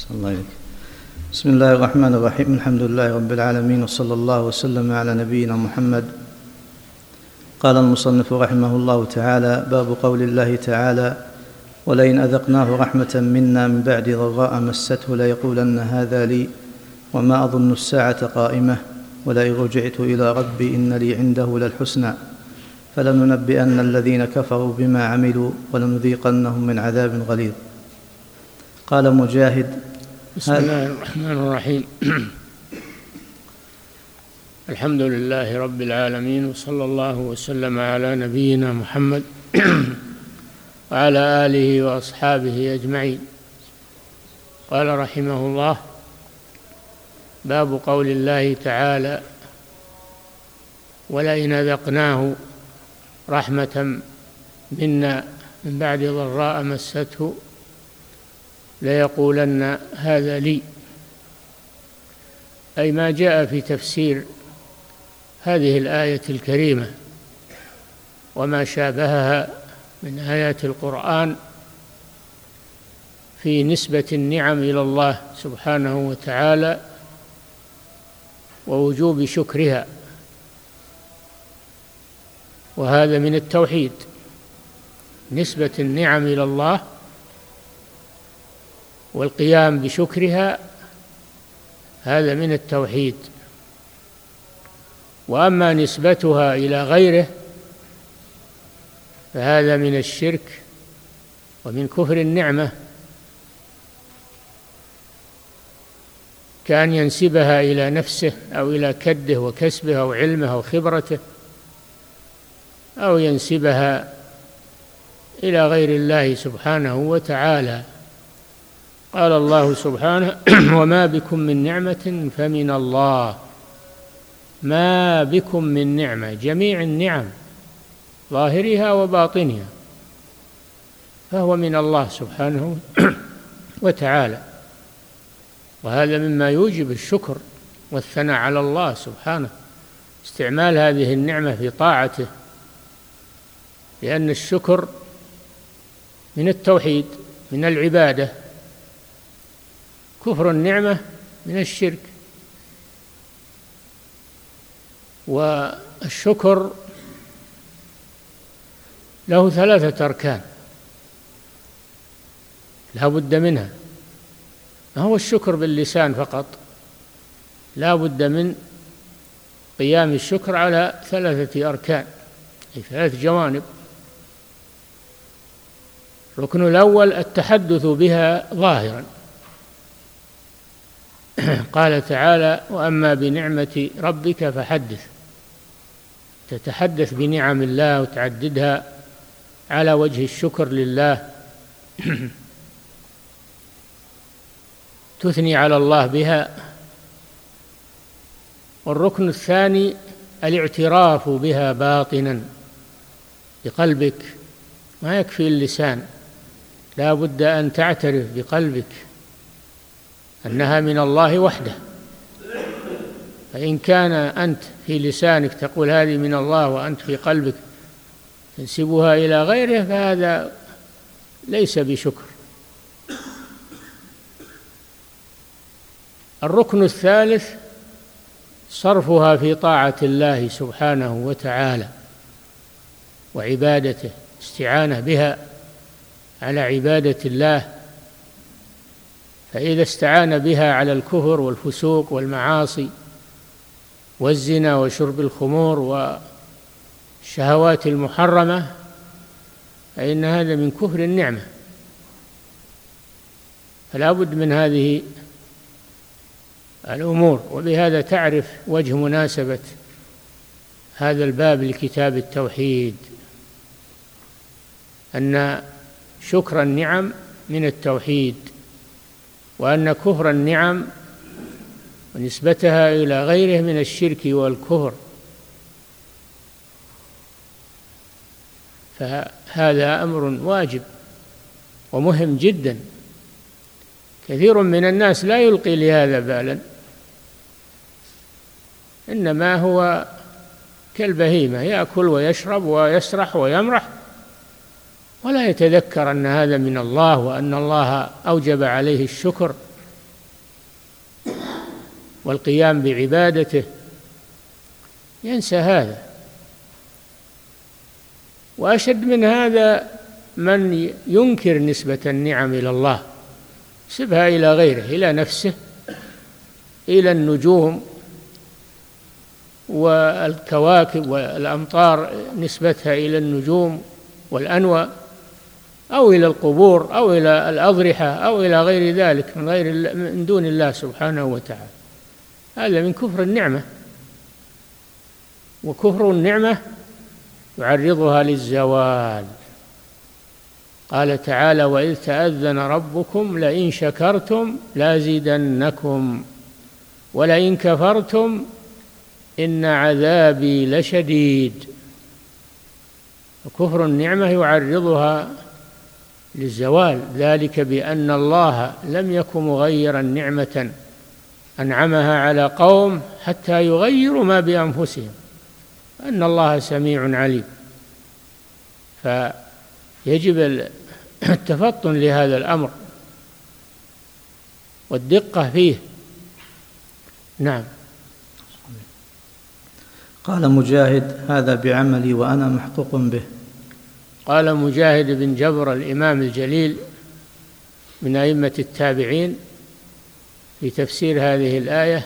الله عليك. بسم الله الرحمن الرحيم. الحمد لله رب العالمين، وصلى الله وسلم على نبينا محمد. قال المصنف رحمه الله تعالى: باب قول الله تعالى: ولئن أذقناه رحمة منا من بعد ضراء مسته ليقولن هذا لي وما أظن الساعة قائمة ولئن رجعت إلى ربي إن لي عنده للحسنى فلننبئن الذين كفروا بما عملوا ولنذيقنهم من عذاب غليظ. قال مجاهد: بسم الله الرحمن الرحيم. الحمد لله رب العالمين، وصلى الله وسلم على نبينا محمد وعلى آله وأصحابه أجمعين. قال رحمه الله: باب قول الله تعالى: ولئن أذقناه رحمة منا من بعد ضراء مسته ليقولن هذا لي، أي ما جاء في تفسير هذه الآية الكريمة وما شابهها من آيات القرآن في نسبة النعم إلى الله سبحانه وتعالى ووجوب شكرها، وهذا من التوحيد. نسبة النعم إلى الله والقيام بشكرها هذا من التوحيد. وأما نسبتها إلى غيره فهذا من الشرك ومن كفر النعمة، كأن ينسبها إلى نفسه أو إلى كده وكسبه أو علمه أو خبرته، أو ينسبها إلى غير الله سبحانه وتعالى. قال الله سبحانه: وما بكم من نعمة فمن الله. ما بكم من نعمة، جميع النعم ظاهرها وباطنها، فهو من الله سبحانه وتعالى، وهذا مما يوجب الشكر والثناء على الله سبحانه، استعمال هذه النعمة في طاعته، لأن الشكر من التوحيد، من العبادة. كفر النعمة من الشرك. والشكر له 3 أركان لا بد منها، ما هو الشكر باللسان فقط، لا بد من قيام الشكر على 3 أركان، أي 3 جوانب. الركن الأول التحدث بها ظاهرا، قال تعالى: وأما بنعمة ربك فحدث. تتحدث بنعم الله وتعددها على وجه الشكر لله، تثني على الله بها. والركن الثاني الاعتراف بها باطنا بقلبك، ما يكفي اللسان، لا بد أن تعترف بقلبك أنها من الله وحده. فإن كان أنت في لسانك تقول هذه من الله وأنت في قلبك تنسبها إلى غيره فهذا ليس بشكر. الركن الثالث صرفها في طاعة الله سبحانه وتعالى وعبادته، استعانة بها على عبادة الله. فإذا استعان بها على الكفر والفسوق والمعاصي والزنا وشرب الخمور والشهوات المحرمة فإن هذا من كفر النعمة. فلا بد من هذه الأمور. وبهذا تعرف وجه مناسبة هذا الباب لكتاب التوحيد، أن شكر النعم من التوحيد، وأن كفر النعم ونسبتها إلى غيره من الشرك والكفر. فهذا أمر واجب ومهم جدا. كثير من الناس لا يلقي لهذا بالا، إنما هو كالبهيمة يأكل ويشرب ويسرح ويمرح ولا يتذكر أن هذا من الله وأن الله أوجب عليه الشكر والقيام بعبادته ينسى هذا. وأشد من هذا من ينكر نسبة النعم إلى الله، ينسبها إلى غيره، إلى نفسه، إلى النجوم والكواكب والأمطار نسبتها إلى النجوم والأنواء، أو إلى القبور أو إلى الأضرحة أو إلى غير ذلك من دون الله سبحانه وتعالى. هذا من كفر النعمة، وكفر النعمة يعرضها للزوال. قال تعالى: وإذ تأذن ربكم لئن شكرتم لازيدنكم ولئن كفرتم إن عذابي لشديد. وكفر النعمة يعرضها للزوال، ذلك بأن الله لم يكن مغيرا نعمة أنعمها على قوم حتى يغيروا ما بأنفسهم، أن الله سميع عليم. فيجب التفطن لهذا الأمر والدقة فيه. نعم. قال مجاهد: هذا بعملي وأنا محقوق به. قال مجاهد بن جبر الإمام الجليل من أئمة التابعين في تفسير هذه الآية: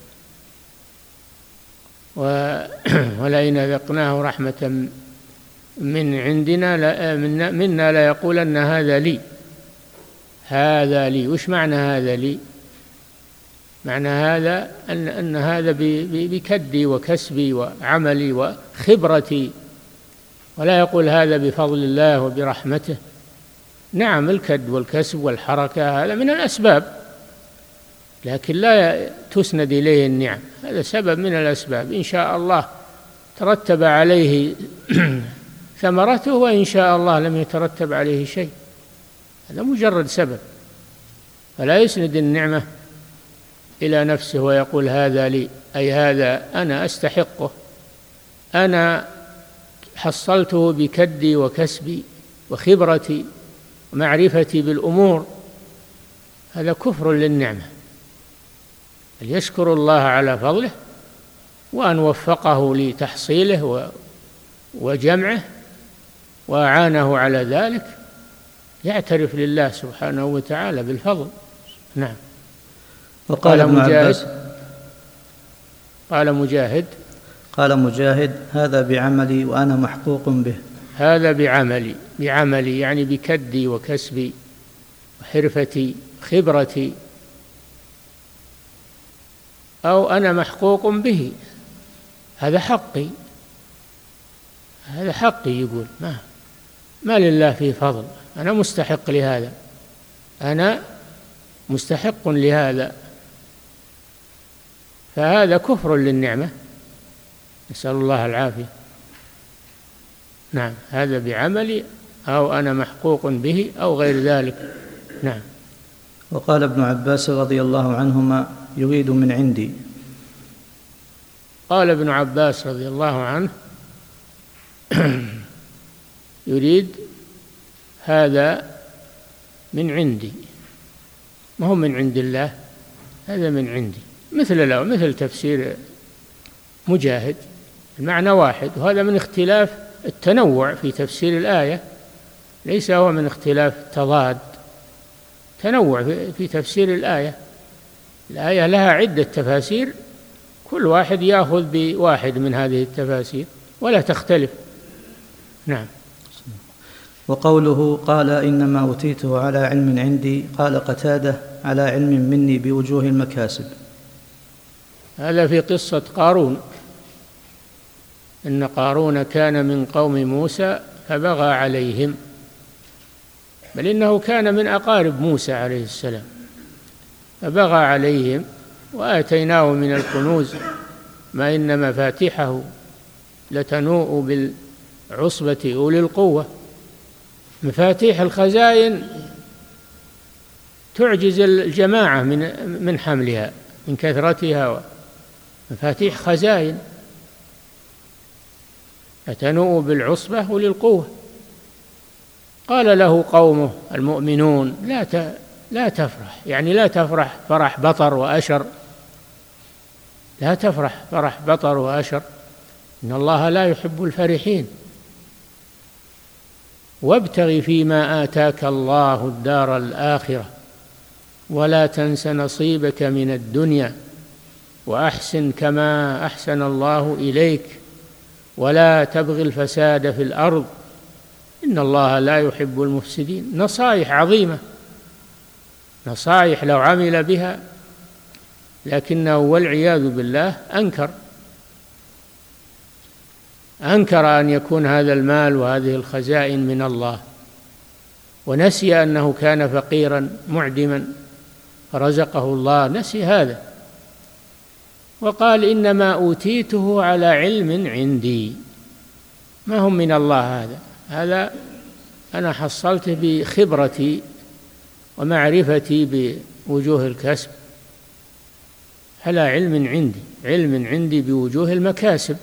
ولئن ذقناه رحمة من عندنا منا ليقولن هذا لي. هذا لي، وش معنى هذا لي؟ معنى هذا أن هذا بكدي وكسبي وعملي وخبرتي، ولا يقول هذا بفضل الله وبرحمته. نعم، الكد والكسب والحركة هذا من الأسباب، لكن لا تسند إليه النعم، هذا سبب من الأسباب. إن شاء الله ترتب عليه ثمرته، وإن شاء الله لم يترتب عليه شيء، هذا مجرد سبب. فلا يسند النعمة إلى نفسه ويقول هذا لي، أي هذا أنا أستحقه، أنا حصلته بكدي وكسبي وخبرتي ومعرفتي بالأمور. هذا كفر للنعمة. يشكر الله على فضله وأن وفقه لتحصيله وجمعه وأعانه على ذلك، يعترف لله سبحانه وتعالى بالفضل. نعم. وقال مجاهد: هذا بعملي وأنا محقوق به. هذا بعملي يعني بكدي وكسبي وحرفتي خبرتي، أو أنا محقوق به، هذا حقي، هذا حقي. يقول ما لله فيه فضل، أنا مستحق لهذا، أنا مستحق لهذا. فهذا كفر للنعمة، نسأل الله العافية. نعم، هذا بعملي أو أنا محقوق به أو غير ذلك. نعم. وقال ابن عباس رضي الله عنهما: يريد من عندي. قال ابن عباس رضي الله عنه: يريد هذا من عندي، ما هو من عند الله، هذا من عندي. مثل تفسير مجاهد، المعنى واحد، وهذا من اختلاف التنوع في تفسير الآية، ليس هو من اختلاف التضاد، تنوع في تفسير الآية. الآية لها عدة تفاسير، كل واحد يأخذ بواحد من هذه التفاسير ولا تختلف. نعم. وقوله: قال إنما أوتيته على علم عندي، قال قتادة: على علم مني بوجوه المكاسب. هذا في قصة قارون، إن قارون كان من قوم موسى فبغى عليهم، بل إنه كان من أقارب موسى عليه السلام، فبغى عليهم وآتيناه من الكنوز ما إن مفاتحه لتنوء بالعصبة أولي القوة. مفاتيح الخزائن تعجز الجماعة من حملها من كثرتها، مفاتيح خزائن لتنوء بالعصبة أولي القوة. قال له قومه المؤمنون: لا تفرح، يعني لا تفرح فرح بطر وأشر، لا تفرح فرح بطر وأشر، إن الله لا يحب الفرحين. وابتغ فيما آتاك الله الدار الآخرة ولا تنس نصيبك من الدنيا وأحسن كما أحسن الله إليك ولا تبغ الفساد في الأرض إن الله لا يحب المفسدين. نصائح عظيمة، نصائح لو عمل بها، لكنه والعياذ بالله أنكر أن يكون هذا المال وهذه الخزائن من الله، ونسي أنه كان فقيرا معدما فرزقه الله، نسي هذا وقال إنما أوتيته على علم عندي. ما هم من الله، هذا أنا حصلته بخبرتي ومعرفتي بوجوه الكسب، على علم عندي بوجوه المكاسب،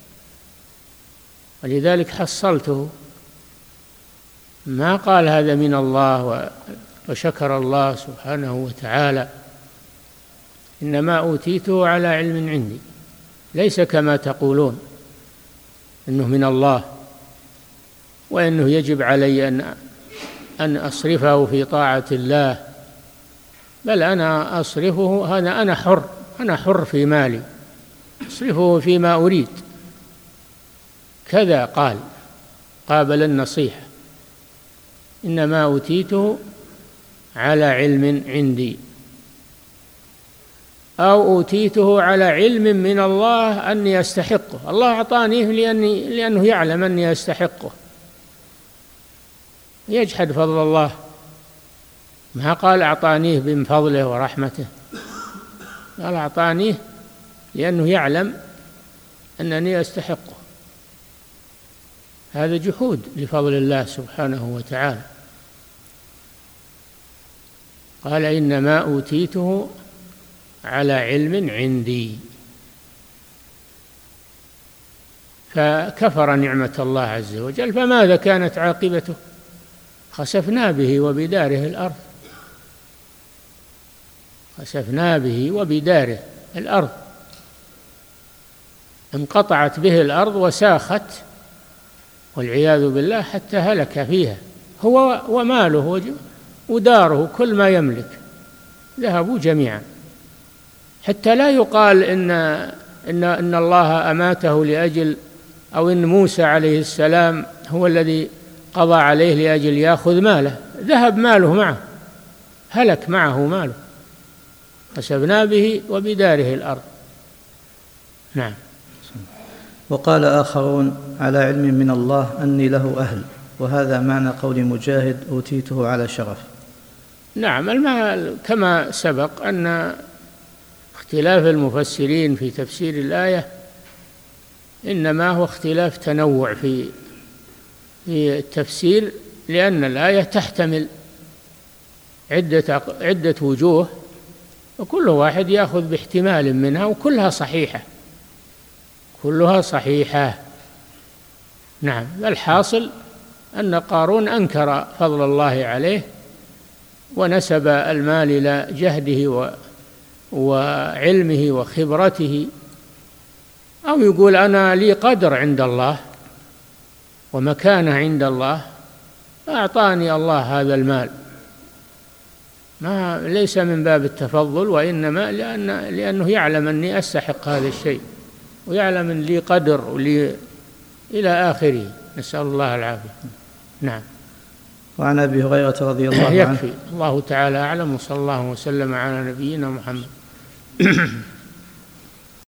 ولذلك حصلته. ما قال هذا من الله وشكر الله سبحانه وتعالى، إنما أوتيته على علم عندي، ليس كما تقولون إنه من الله وإنه يجب علي أن أصرفه في طاعة الله، بل أنا أصرفه، هذا أنا حر في مالي، أصرفه فيما أريد. كذا قابل النصيحة، إنما أوتيته على علم عندي، أو أوتيته على علم من الله أني أستحقه، الله أعطانيه لأنه يعلم أني أستحقه. يجحد فضل الله، ما قال أعطانيه من فضله ورحمته، قال أعطانيه لأنه يعلم أنني أستحقه. هذا جحود لفضل الله سبحانه وتعالى. قال إنما أوتيته على علم عندي، فكفر نعمة الله عز وجل. فماذا كانت عاقبته؟ خسفنا به وبداره الأرض، خسفنا به وبداره الأرض، انقطعت به الأرض وساخت والعياذ بالله حتى هلك فيها، هو وماله وداره، كل ما يملك ذهبوا جميعا، حتى لا يقال إن الله أماته لأجل، أو إن موسى عليه السلام هو الذي قضى عليه لأجل يأخذ ماله، ذهب ماله معه، هلك معه ماله، خسفنا به وبداره الأرض. نعم. وقال آخرون على علم من الله أني له أهل، وهذا معنى قول مجاهد أوتيته على شرف. نعم، كما سبق أن اختلاف المفسرين في تفسير الآية إنما هو اختلاف تنوع في التفسير، لأن الآية تحتمل عدة وجوه، وكل واحد يأخذ باحتمال منها، وكلها صحيحة، كلها صحيحة. نعم. الحاصل أن قارون أنكر فضل الله عليه ونسب المال إلى جهده وعلمه وخبرته، أو يقول أنا لي قدر عند الله ومكانة عند الله أعطاني الله هذا المال، ما ليس من باب التفضل، وإنما لأنه يعلم أني أستحق هذا الشيء، ويعلم أن لي قدر ولي إلى آخره، نسأل الله العافية. نعم. وعن أبي هريرة رضي الله عنه. يكفي، الله تعالى أعلم، وصلى الله وسلم على نبينا محمد.